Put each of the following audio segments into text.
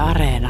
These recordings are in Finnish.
Areena.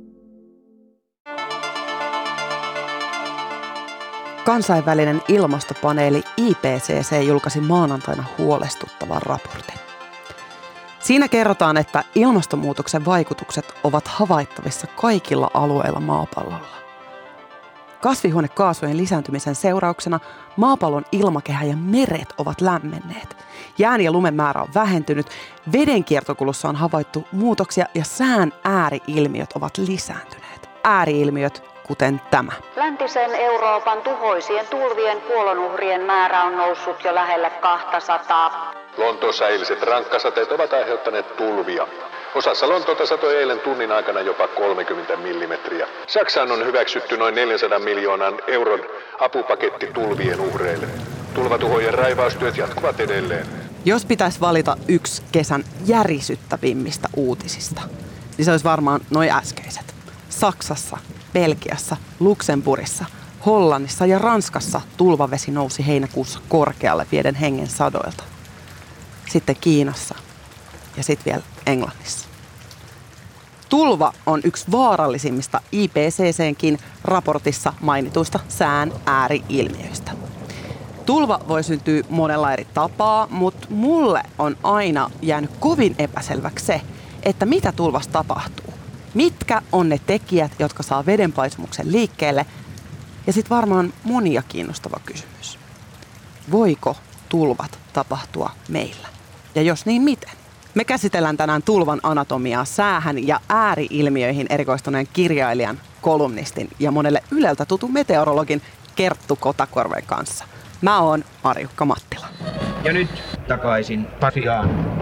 Kansainvälinen ilmastopaneeli IPCC julkaisi maanantaina huolestuttavan raportin. Siinä kerrotaan, että ilmastonmuutoksen vaikutukset ovat havaittavissa kaikilla alueilla maapallolla. Kasvihuonekaasujen lisääntymisen seurauksena maapallon ilmakehä ja meret ovat lämmenneet. Jään ja lumen määrä on vähentynyt, veden kiertokulussa on havaittu muutoksia ja sään ääriilmiöt ovat lisääntyneet. Ääriilmiöt, kuten tämä. Läntisen Euroopan tuhoisien tulvien kuolonuhrien määrä on noussut jo lähelle 200. Lontoossa eiliset rankkasateet ovat aiheuttaneet tulvia. Osassa Lontoota satoi eilen tunnin aikana jopa 30 millimetriä. Saksaan on hyväksytty noin 400 miljoonan euron apupaketti tulvien uhreille. Tulvatuhojen raivaustyöt jatkuvat edelleen. Jos pitäisi valita yksi kesän järisyttävimmistä uutisista, niin se olisi varmaan noi äskeiset. Saksassa, Belgiassa, Luxemburgissa, Hollannissa ja Ranskassa tulvavesi nousi heinäkuussa korkealle vieden hengen sadoilta. Sitten Kiinassa ja sitten vielä Englannissa. Tulva on yksi vaarallisimmista IPCC:nkin raportissa mainituista sään ääriilmiöistä. Tulva voi syntyä monella eri tapaa, mutta mulle on aina jäänyt kovin epäselväksi se, että mitä tulvassa tapahtuu. Mitkä on ne tekijät, jotka saa vedenpaisumuksen liikkeelle? Ja sitten varmaan monia kiinnostava kysymys. Voiko tulvat tapahtua meillä? Ja jos niin, miten? Me käsitellään tänään tulvan anatomiaa säähän ja ääriilmiöihin erikoistuneen kirjailijan, kolumnistin ja monelle Yleltä tutun meteorologin Kerttu Kotakorven kanssa. Mä oon Marjukka Mattila. Ja nyt takaisin Pasiaan.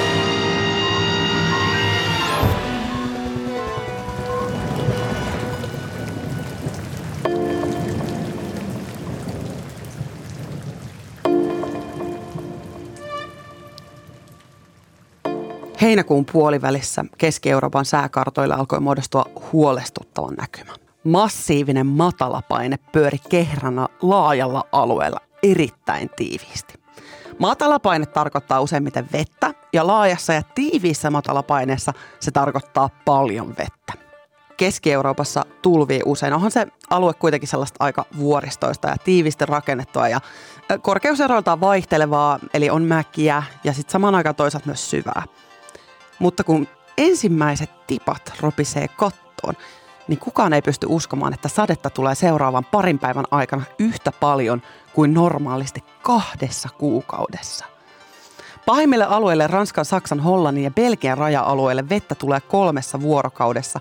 Heinäkuun puolivälissä Keski-Euroopan sääkartoilla alkoi muodostua huolestuttava näkymä. Massiivinen matalapaine pyöri kehränä laajalla alueella erittäin tiiviisti. Matalapaine tarkoittaa useimmiten vettä ja laajassa ja tiiviissä matalapaineessa se tarkoittaa paljon vettä. Keski-Euroopassa tulvii usein. Onhan se alue kuitenkin sellaista aika vuoristoista ja tiivisti rakennettua ja korkeuseroiltaan vaihtelevaa, eli on mäkiä ja sitten samaan aikaan toisaalta myös syvää. Mutta kun ensimmäiset tipat ropisee kattoon, niin kukaan ei pysty uskomaan, että sadetta tulee seuraavan parin päivän aikana yhtä paljon kuin normaalisti 2 kuukaudessa. Pahimmille alueille Ranskan, Saksan, Hollannin ja Belgian raja-alueille vettä tulee 3 vuorokaudessa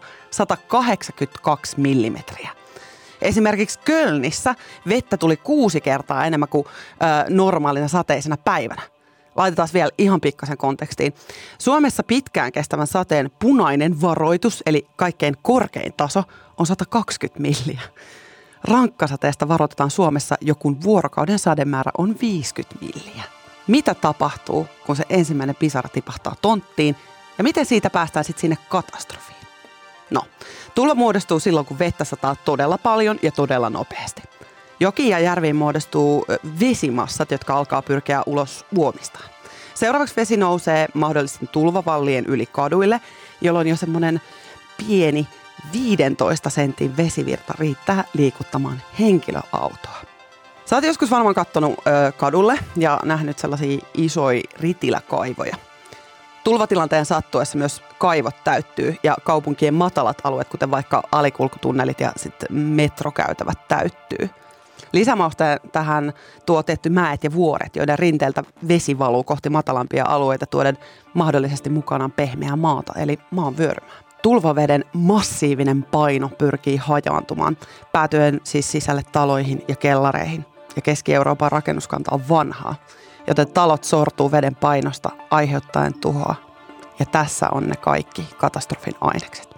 182 millimetriä. Esimerkiksi Kölnissä vettä tuli 6 kertaa enemmän kuin normaalina sateisena päivänä. Laitetaan vielä ihan pikkasen kontekstiin. Suomessa pitkään kestävän sateen punainen varoitus, eli kaikkein korkein taso, on 120 milliä. Rankkasateesta varoitetaan Suomessa joku vuorokauden sademäärä on 50 milliä. Mitä tapahtuu, kun se ensimmäinen pisara tipahtaa tonttiin, ja miten siitä päästään sitten sinne katastrofiin? No, tulva muodostuu silloin, kun vettä sataa todella paljon ja todella nopeasti. Jokiin ja järviin muodostuu vesimassat, jotka alkaa pyrkiä ulos uomistaan. Seuraavaksi vesi nousee mahdollisten tulvavallien yli kaduille, jolloin jo semmoinen pieni 15 sentin vesivirta riittää liikuttamaan henkilöautoa. Sä oot joskus varmaan katsonut kadulle ja nähnyt sellaisia isoja ritiläkaivoja. Tulvatilanteen sattuessa myös kaivot täyttyy ja kaupunkien matalat alueet, kuten vaikka alikulkutunnelit ja sitten metrokäytävät täyttyy. Lisämausteen tähän tuo tietty mäet ja vuoret, joiden rinteeltä vesi valuu kohti matalampia alueita tuoden mahdollisesti mukanaan pehmeää maata, eli maan vyörymää. Tulvaveden massiivinen paino pyrkii hajaantumaan, päätyen siis sisälle taloihin ja kellareihin. Ja Keski-Euroopan rakennuskanta on vanhaa, joten talot sortuu veden painosta aiheuttaen tuhoa. Ja tässä on ne kaikki katastrofin ainekset.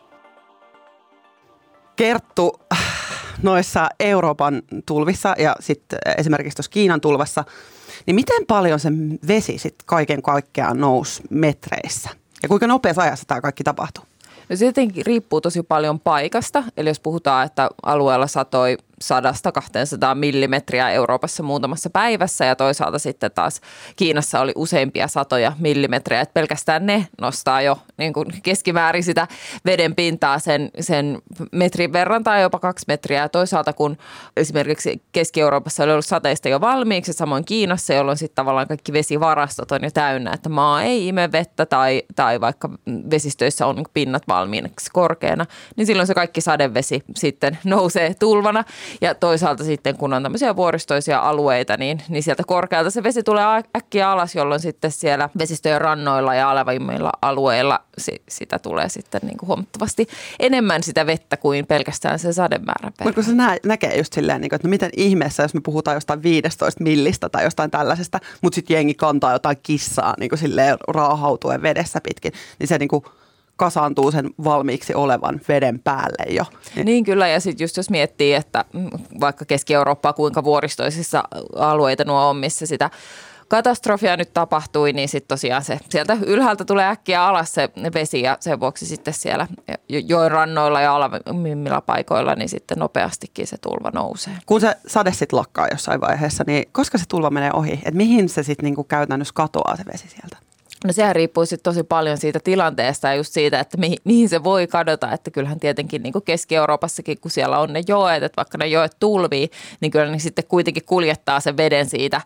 Kerttu, noissa Euroopan tulvissa ja sitten esimerkiksi tuossa Kiinan tulvassa, niin miten paljon se vesi sitten kaiken kaikkiaan nousi metreissä? Ja kuinka nopeassa ajassa tämä kaikki tapahtuu? No se tietenkin riippuu tosi paljon paikasta. Eli jos puhutaan, että alueella satoi 100-200 millimetriä Euroopassa muutamassa päivässä ja toisaalta sitten taas Kiinassa oli useimpia satoja millimetriä, että pelkästään ne nostaa jo niin kuin keskimäärin sitä veden pintaa sen metrin verran tai jopa 2 metriä. Ja toisaalta kun esimerkiksi Keski-Euroopassa oli ollut sateista jo valmiiksi, samoin Kiinassa, jolloin sitten tavallaan kaikki vesivarastot on jo täynnä, että maa ei ime vettä tai vaikka vesistöissä on pinnat valmiiksi korkeana, niin silloin se kaikki sadevesi sitten nousee tulvana. Ja toisaalta sitten, kun on tämmöisiä vuoristoisia alueita, niin sieltä korkealta se vesi tulee äkkiä alas, jolloin sitten siellä vesistöjen rannoilla ja alevimmilla alueilla sitä tulee sitten niin kuin huomattavasti enemmän sitä vettä kuin pelkästään se sademäärä. Mutta kun se näkee just silleen, että no miten ihmeessä, jos me puhutaan jostain 15 millistä tai jostain tällaisesta, mutta sitten jengi kantaa jotain kissaa niin kuin silleen raahautuen vedessä pitkin, niin se niin kuin kasaantuu sen valmiiksi olevan veden päälle jo. Niin kyllä, ja sitten just jos miettii, että vaikka Keski-Eurooppaa kuinka vuoristoisissa alueita nuo on, missä sitä katastrofia nyt tapahtui, niin sitten tosiaan se sieltä ylhäältä tulee äkkiä alas se vesi ja sen vuoksi sitten siellä joen rannoilla ja alavimmilla paikoilla, niin sitten nopeastikin se tulva nousee. Kun se sade sitten lakkaa jossain vaiheessa, niin koska se tulva menee ohi? Että mihin se sitten niinku käytännössä katoaa se vesi sieltä? No sehän riippuu sitten tosi paljon siitä tilanteesta ja just siitä, että mihin se voi kadota, että kyllähän tietenkin niin kuin Keski-Euroopassakin, kun siellä on ne joet, että vaikka ne joet tulvii, niin kyllä ne sitten kuitenkin kuljettaa sen veden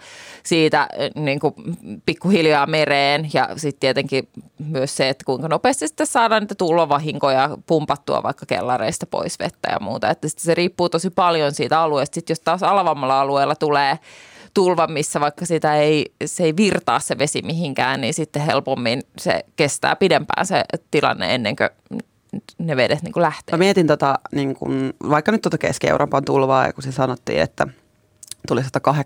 siitä niin kuin pikkuhiljaa mereen ja sitten tietenkin myös se, että kuinka nopeasti sitten saadaan niitä tulvavahinkoja pumpattua vaikka kellareista pois vettä ja muuta, että se riippuu tosi paljon siitä alueesta. Sitten jos taas alavammalla alueella tulee tulva, missä vaikka se ei virtaa se vesi mihinkään, niin sitten helpommin se kestää pidempään se tilanne ennen kuin ne vedet niin kuin lähtee. Mä mietin niin kuin, vaikka nyt Keski-Euroopan tulvaa, kun se sanottiin, että tuli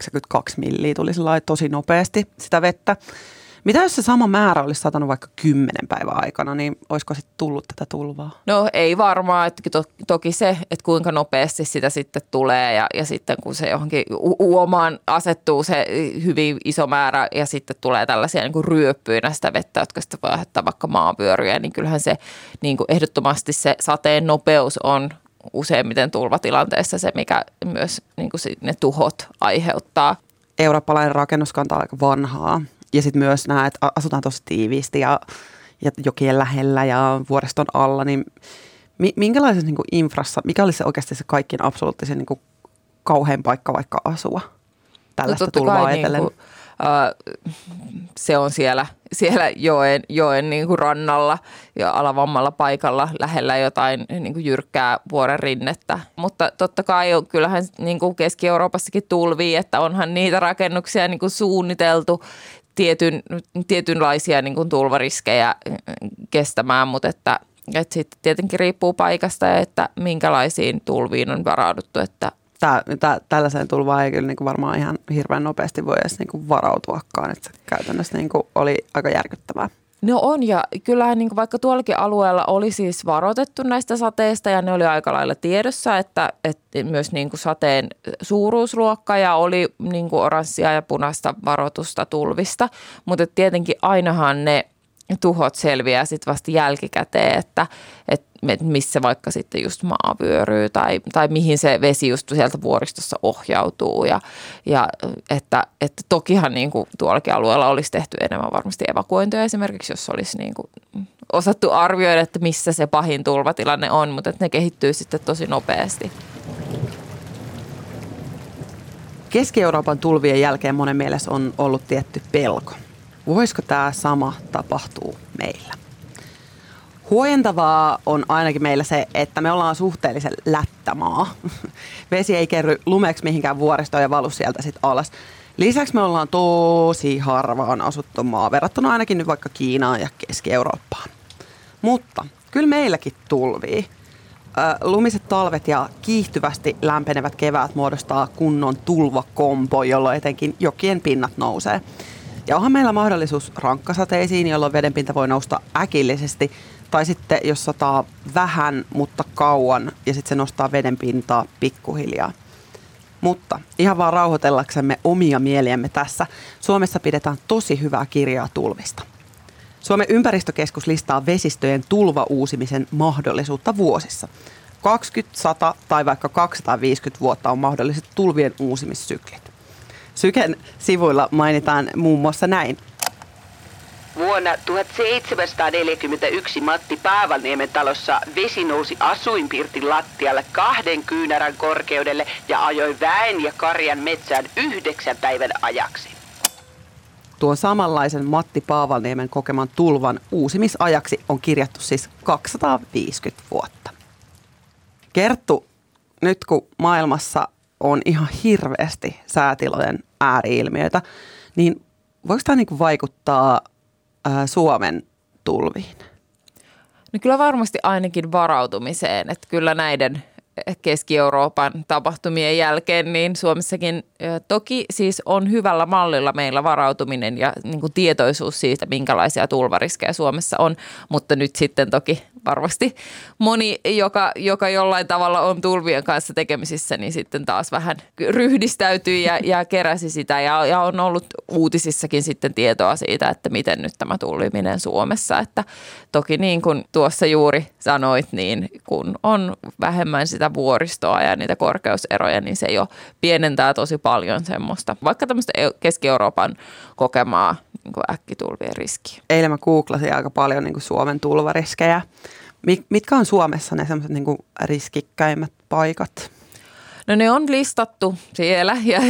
182 milliä, tuli tosi nopeasti sitä vettä. Mitä jos se sama määrä olisi satanut vaikka 10 päivän aikana, niin olisiko sitten tullut tätä tulvaa? No ei varmaan, että toki se, että kuinka nopeasti sitä sitten tulee ja sitten kun se johonkin uomaan asettuu se hyvin iso määrä ja sitten tulee tällaisia niin kuin ryöppyinä sitä vettä, jotka sitten voi aiheuttaa vaikka maavyöryjä, niin kyllähän se niin kuin ehdottomasti se sateen nopeus on useimmiten tulvatilanteessa se, mikä myös niin kuin ne tuhot aiheuttaa. Eurooppalainen rakennuskanta on aika vanhaa. Ja sitten myös nämä, että asutaan tosi tiiviisti ja jokien lähellä ja vuoreston alla, niin minkälaisessa niin kuin infrassa, mikä olisi se oikeasti se kaikkien absoluuttisen niin kuin kauhein paikka vaikka asua tällaista tulvaa ajatellen? Niin se on siellä joen niin kuin rannalla ja alavammalla paikalla lähellä jotain niin kuin jyrkkää vuoren rinnettä. Mutta totta kai kyllähän niin kuin Keski-Euroopassakin tulvii, että onhan niitä rakennuksia niin kuin suunniteltu tietynlaisia niin kuin tulvariskejä kestämään, mutta että sitten tietenkin riippuu paikasta ja että minkälaisiin tulviin on varauduttu. Että tällaiseen tulvaan ei kyllä niin kuin varmaan ihan hirveän nopeasti voi edes niin kuin varautuakaan, että se käytännössä niin kuin oli aika järkyttävää. No on ja kyllähän niin kuin vaikka tuollakin alueella oli siis varoitettu näistä sateista ja ne oli aika lailla tiedossa, että myös niin kuin sateen suuruusluokka ja oli niin kuin oranssia ja punaista varoitusta tulvista, mutta tietenkin ainahan ne tuhot selviää sitten vasta jälkikäteen, että missä vaikka sitten just maa vyöryy tai mihin se vesi just sieltä vuoristossa ohjautuu ja että tokihan niin kuin tuollakin alueella olisi tehty enemmän varmasti evakuointia esimerkiksi, jos olisi niin kuin osattu arvioida, että missä se pahin tulvatilanne on, mutta että ne kehittyy sitten tosi nopeasti. Keski-Euroopan tulvien jälkeen monen mielestä on ollut tietty pelko. Voisiko tämä sama tapahtua meillä? Huojentavaa on ainakin meillä se, että me ollaan suhteellisen lättämaa. Vesi ei kerry lumeksi mihinkään vuoristoon ja valu sieltä sitten alas. Lisäksi me ollaan tosi harvaan asuttu maa verrattuna ainakin nyt vaikka Kiinaan ja Keski-Eurooppaan. Mutta kyllä meilläkin tulvii. Lumiset talvet ja kiihtyvästi lämpenevät keväät muodostaa kunnon tulvakompo, jolloin etenkin jokien pinnat nousee. Ja onhan meillä mahdollisuus rankkasateisiin, jolloin vedenpinta voi nousta äkillisesti. Tai sitten jos sataa vähän, mutta kauan, ja sitten se nostaa vedenpintaa pikkuhiljaa. Mutta ihan vaan rauhoitellaksemme omia mieliämme tässä, Suomessa pidetään tosi hyvää kirjaa tulvista. Suomen ympäristökeskus listaa vesistöjen tulvauusimisen mahdollisuutta vuosissa. 20, 100 tai vaikka 250 vuotta on mahdolliset tulvien uusimissyklit. Syken sivuilla mainitaan muun muassa näin. Vuonna 1741 Matti Paavalniemen talossa vesi nousi asuinpirtin lattialle 2 kyynärän korkeudelle ja ajoi väen ja karjan metsään 9 päivän ajaksi. Tuon samanlaisen Matti Paavalniemen kokeman tulvan uusimisajaksi on kirjattu siis 250 vuotta. Kerttu, nyt kun maailmassa on ihan hirveästi säätilojen ääriilmiöitä, niin voiko tämä niinku vaikuttaa Suomen tulviin? No kyllä varmasti ainakin varautumiseen, että kyllä näiden Keski-Euroopan tapahtumien jälkeen, niin Suomessakin toki siis on hyvällä mallilla meillä varautuminen ja niin kuin tietoisuus siitä, minkälaisia tulvariskejä Suomessa on, mutta nyt sitten toki varmasti moni, joka jollain tavalla on tulvien kanssa tekemisissä, niin sitten taas vähän ryhdistäytyi ja keräsi sitä ja on ollut uutisissakin sitten tietoa siitä, että miten nyt tämä tulviminen Suomessa, että toki niin kuin tuossa juuri sanoit, niin kun on vähemmän sitä vuoristoa ja niitä korkeuseroja, niin se jo pienentää tosi paljon semmoista, vaikka tämmöistä Keski-Euroopan kokemaa niin kuin äkkitulvien riskiä. Eilen mä googlasin aika paljon niin kuin Suomen tulvariskejä. Mitkä on Suomessa ne semmoiset niin kuin riskikkäimmät paikat? No ne on listattu siellä ja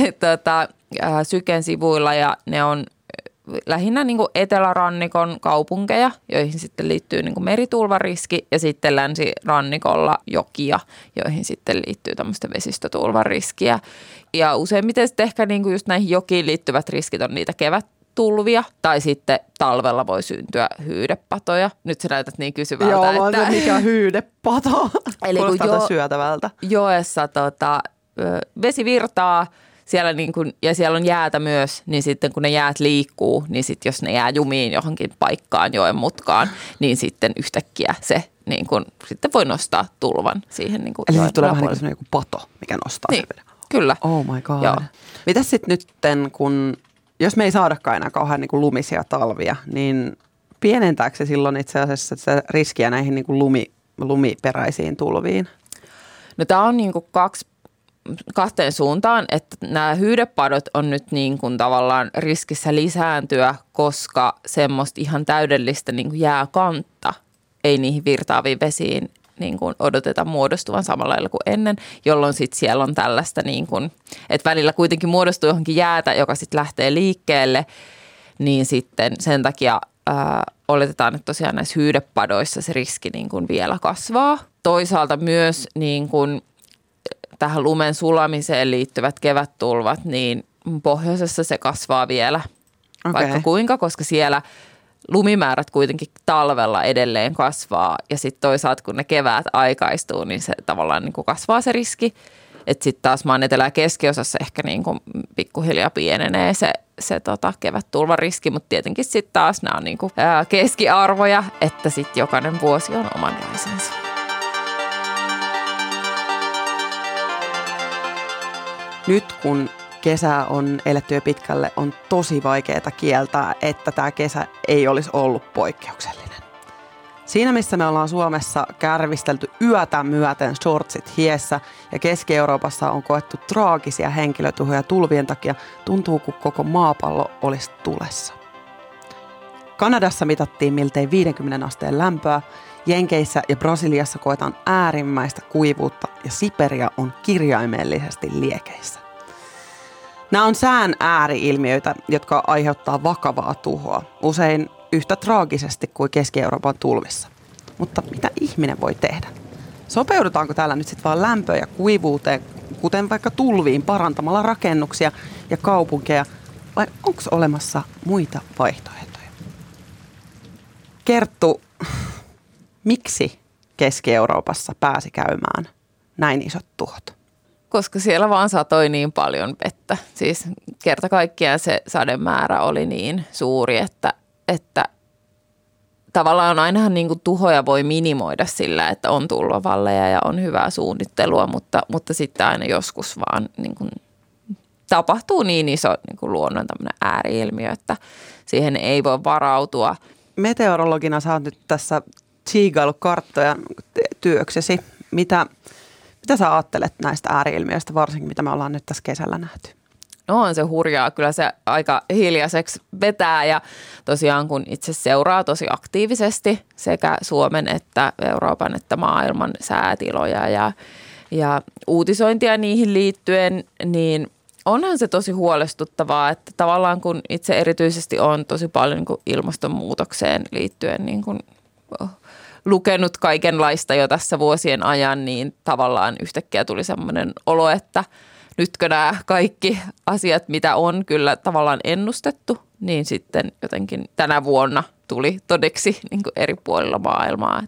Syken sivuilla ja ne on lähinnä niin kuin etelärannikon kaupunkeja, joihin sitten liittyy niin kuin meritulvariski ja sitten länsirannikolla jokia, joihin sitten liittyy tämmöistä vesistötulvariskiä. Ja useimmiten sitten ehkä niin kuin just näihin jokiin liittyvät riskit on niitä kevättulvia tai sitten talvella voi syntyä hyydepatoja. Nyt sä näytät niin kysyvältä. Joo, että mikä hyydepato. Eli kuulostaa syötävältä. Joessa vesi virtaa. Siellä ja siellä on jäätä myös, niin sitten kun ne jäät liikkuu, niin sitten jos ne jää jumiin johonkin paikkaan joen mutkaan, niin sitten yhtäkkiä se niin kuin, sitten voi nostaa tulvan siihen niin kuin eli sitten tulee vähän niin kuin joku pato, mikä nostaa niin, sen. Kyllä. Oh my god. Joo. Mitäs sitten nytten, jos me ei saadakaan enää kauhean niin kuin lumisia talvia, niin pienentääkö se silloin itse asiassa se riskiä näihin niin kuin lumiperäisiin tulviin? No tämä on niin kuin kahteen suuntaan, että nämä hyydepadot on nyt niin kuin tavallaan riskissä lisääntyä, koska semmoista ihan täydellistä niin kuin jääkantta ei niihin virtaaviin vesiin niin kuin odoteta muodostuvan samalla lailla kuin ennen, jolloin sitten siellä on tällaista niin kuin, että välillä kuitenkin muodostuu johonkin jäätä, joka sitten lähtee liikkeelle, niin sitten sen takia oletetaan, että tosiaan näissä hyydepadoissa se riski niin kuin vielä kasvaa. Toisaalta myös niin kuin tähän lumen sulamiseen liittyvät kevättulvat, niin pohjoisessa se kasvaa vielä vaikka kuinka, koska siellä lumimäärät kuitenkin talvella edelleen kasvaa ja sitten toisaalta kun ne keväät aikaistuu, niin se tavallaan niin kuin kasvaa se riski. Että sitten taas maan etelä- ja keskiosassa ehkä niin kuin pikkuhiljaa pienenee se kevättulvan riski, mutta tietenkin sitten taas nämä on niin kuin keskiarvoja, että sitten jokainen vuosi on omanlaisensa. Nyt kun kesä on eletty jo pitkälle, on tosi vaikeaa kieltää, että tämä kesä ei olisi ollut poikkeuksellinen. Siinä missä me ollaan Suomessa kärvistelty yötä myöten shortsit hiessä ja Keski-Euroopassa on koettu traagisia henkilötuhoja tulvien takia, tuntuu kuin koko maapallo olisi tulessa. Kanadassa mitattiin miltei 50 asteen lämpöä, Jenkeissä ja Brasiliassa koetaan äärimmäistä kuivuutta ja Siberia on kirjaimellisesti liekeissä. Nämä on sään ääriilmiöitä, jotka aiheuttaa vakavaa tuhoa, usein yhtä traagisesti kuin Keski-Euroopan tulvissa. Mutta mitä ihminen voi tehdä? Sopeudutaanko täällä nyt sitten vaan lämpöön ja kuivuuteen, kuten vaikka tulviin parantamalla rakennuksia ja kaupunkeja, vai onko olemassa muita vaihtoehtoja? Kerttu, miksi Keski-Euroopassa pääsi käymään näin isot tuhot? Koska siellä vaan satoi niin paljon vettä. Siis kerta kaikkiaan se sademäärä oli niin suuri, että tavallaan ainahan niin kuin tuhoja voi minimoida sillä, että on tulvavalleja ja on hyvää suunnittelua, mutta sitten aina joskus vaan niin kuin tapahtuu niin iso niin kuin luonnon tämmöinen ääriilmiö, että siihen ei voi varautua. Meteorologina sä oot nyt tässä tsiigaillut karttoja työksesi. Mitä sä ajattelet näistä ääriilmiöistä, varsinkin mitä me ollaan nyt tässä kesällä nähty? No on se hurjaa, kyllä se aika hiljaiseksi vetää ja tosiaan kun itse seuraa tosi aktiivisesti sekä Suomen että Euroopan että maailman säätiloja ja uutisointia niihin liittyen, niin onhan se tosi huolestuttavaa, että tavallaan kun itse erityisesti on tosi paljon niin kuin ilmastonmuutokseen liittyen niin kuin lukenut kaikenlaista jo tässä vuosien ajan, niin tavallaan yhtäkkiä tuli semmoinen olo, että nytkö nämä kaikki asiat, mitä on kyllä tavallaan ennustettu, niin sitten jotenkin tänä vuonna tuli todeksi niin kuin eri puolilla maailmaa.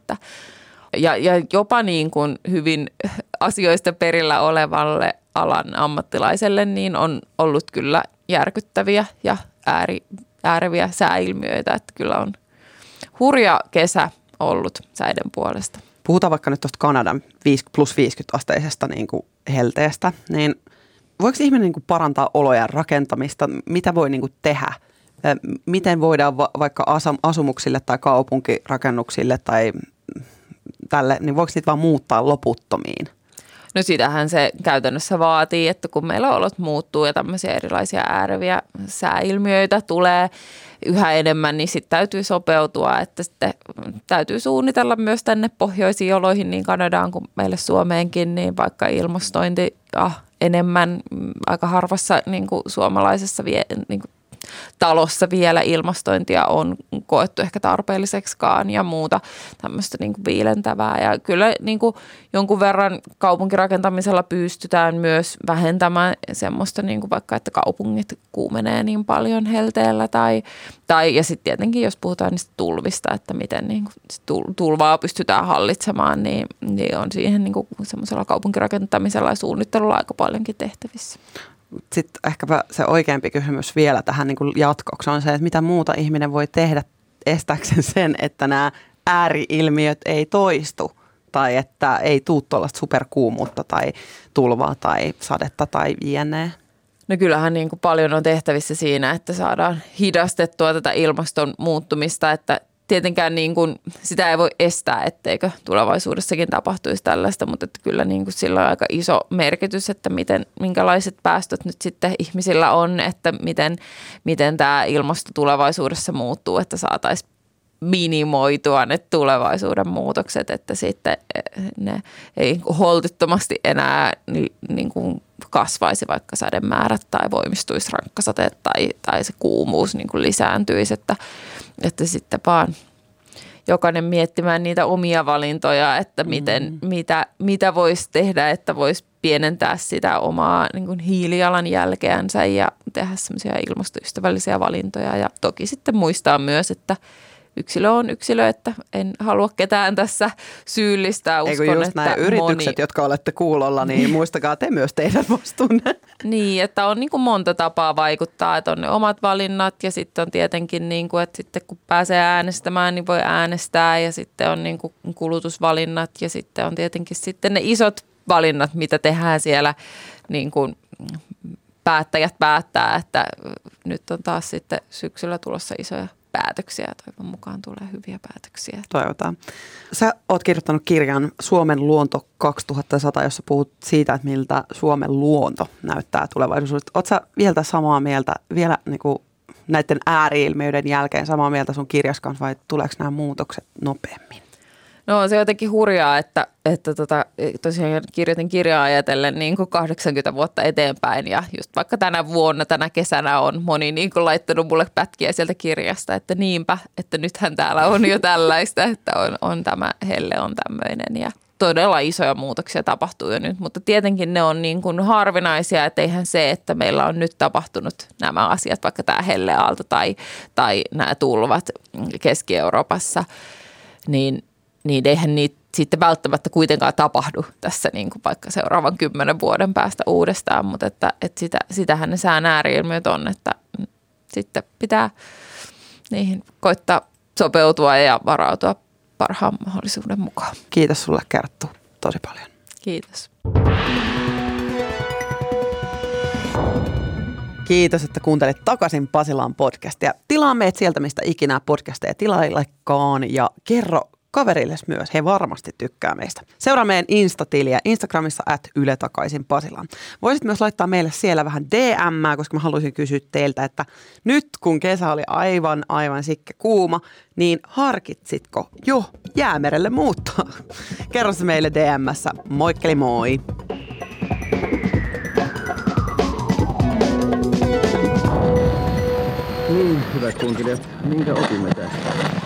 Ja jopa niin kuin hyvin asioista perillä olevalle alan ammattilaiselle niin on ollut kyllä järkyttäviä ja ääreviä sääilmiöitä, että kyllä on hurja kesä ollut säiden puolesta. Puhutaan vaikka nyt tuosta Kanadan 50+50-asteisesta niin kuin helteestä, niin voiko ihminen niin kuin parantaa olojen rakentamista? Mitä voi niin kuin tehdä? Miten voidaan vaikka asumuksille tai kaupunkirakennuksille tai tälle, niin voiko niitä vaan muuttaa loputtomiin? No sitähän se käytännössä vaatii, että kun meillä olot muuttuu ja tämmöisiä erilaisia ääreviä sääilmiöitä tulee yhä enemmän, niin sitten täytyy sopeutua, että sitten täytyy suunnitella myös tänne pohjoisiin oloihin niin Kanadaan kuin meille Suomeenkin, niin vaikka ilmastointi enemmän aika harvassa niin kuin suomalaisessa niin kuin talossa vielä ilmastointia on koettu ehkä tarpeelliseksikaan ja muuta tämmöistä niin kuin viilentävää. Ja kyllä niin kuin jonkun verran kaupunkirakentamisella pystytään myös vähentämään semmoista niin kuin vaikka, että kaupungit kuumenee niin paljon helteellä ja sitten tietenkin jos puhutaan niistä tulvista, että miten niin kuin tulvaa pystytään hallitsemaan, niin on siihen niin kuin semmoisella kaupunkirakentamisella ja suunnittelulla aika paljonkin tehtävissä. Sitten ehkäpä se oikeampi kysymys vielä tähän niin kuin jatkoksi on se, että mitä muuta ihminen voi tehdä estääkseen sen, että nämä ääriilmiöt ei toistu tai että ei tule tuollaista superkuumuutta tai tulvaa tai sadetta tai jne. No kyllähän niin kuin paljon on tehtävissä siinä, että saadaan hidastettua tätä ilmaston muuttumista, että tietenkään niin kuin sitä ei voi estää, etteikö tulevaisuudessakin tapahtuisi tällaista, mutta että kyllä niin kuin sillä on aika iso merkitys, että minkälaiset päästöt nyt sitten ihmisillä on, että miten tämä ilmasto tulevaisuudessa muuttuu, että saataisiin minimoitua ne tulevaisuuden muutokset, että sitten ne ei holtittomasti enää niin kuin kasvaisi vaikka sademäärät tai voimistuisi rankkasateet tai se kuumuus niin kuin lisääntyisi, että sitten vaan jokainen miettimään niitä omia valintoja, että mitä voisi tehdä, että voisi pienentää sitä omaa niin kuin hiilijalanjälkeänsä ja tehdä semmoisia ilmastoystävällisiä valintoja ja toki sitten muistaa myös, että yksilö on yksilö, että en halua ketään tässä syyllistää. Eikö just että nämä yritykset, jotka olette kuulolla, niin muistakaa te myös teidän vastuunne. Niin, että on niin kuin monta tapaa vaikuttaa, että on ne omat valinnat ja sitten on tietenkin, niin kuin, että sitten kun pääsee äänestämään, niin voi äänestää ja sitten on niin kuin kulutusvalinnat ja sitten on tietenkin sitten ne isot valinnat, mitä tehdään siellä niin kuin päättäjät päättää, että nyt on taas sitten syksyllä tulossa isoja päätöksiä ja toivon mukaan tulee hyviä päätöksiä. Toivotaan. Sä oot kirjoittanut kirjan Suomen luonto 2100, jossa puhut siitä, että miltä Suomen luonto näyttää tulevaisuudessa. Oot sä vielä samaa mieltä, vielä niin kuin näiden ääriilmiöiden jälkeen samaa mieltä sun kirjas kanssa vai tuleeko nämä muutokset nopeammin? No se on jotenkin hurjaa, että tosiaan kirjoitin kirjaa ajatellen niin kuin 80 vuotta eteenpäin ja just vaikka tänä kesänä on moni niin kuin laittanut mulle pätkiä sieltä kirjasta, että niinpä, että nythän täällä on jo tällaista, että on tämä helle on tämmöinen ja todella isoja muutoksia tapahtuu jo nyt, mutta tietenkin ne on niin kuin harvinaisia, että eihän se, että meillä on nyt tapahtunut nämä asiat, vaikka tämä helleaalto tai nämä tulvat Keski-Euroopassa, niin eihän niitä sitten välttämättä kuitenkaan tapahdu tässä niin kuin vaikka seuraavan 10 vuoden päästä uudestaan, mutta että sitähän ne sään ääriilmiöt on, että sitten pitää niihin koittaa sopeutua ja varautua parhaan mahdollisuuden mukaan. Kiitos sulle Kerttu tosi paljon. Kiitos. Kiitos, että kuuntelit takaisin Pasilan podcastia. Tilaa meidät sieltä, mistä ikinä podcasteja tilaillekaan ja kerro kaverilles myös. He varmasti tykkää meistä. Seuraa meidän Insta-tiliä Instagramissa @yletakaisinpasilaan. Voisit myös laittaa meille siellä vähän DM:ää, koska mä haluaisin kysyä teiltä, että nyt kun kesä oli aivan sikke kuuma, niin harkitsitko jo Jäämerelle muuttaa? Kerro se meille DM:ssä. Moikkeli moi! Niin, hyvät kunkilijat, minkä opimme tästä?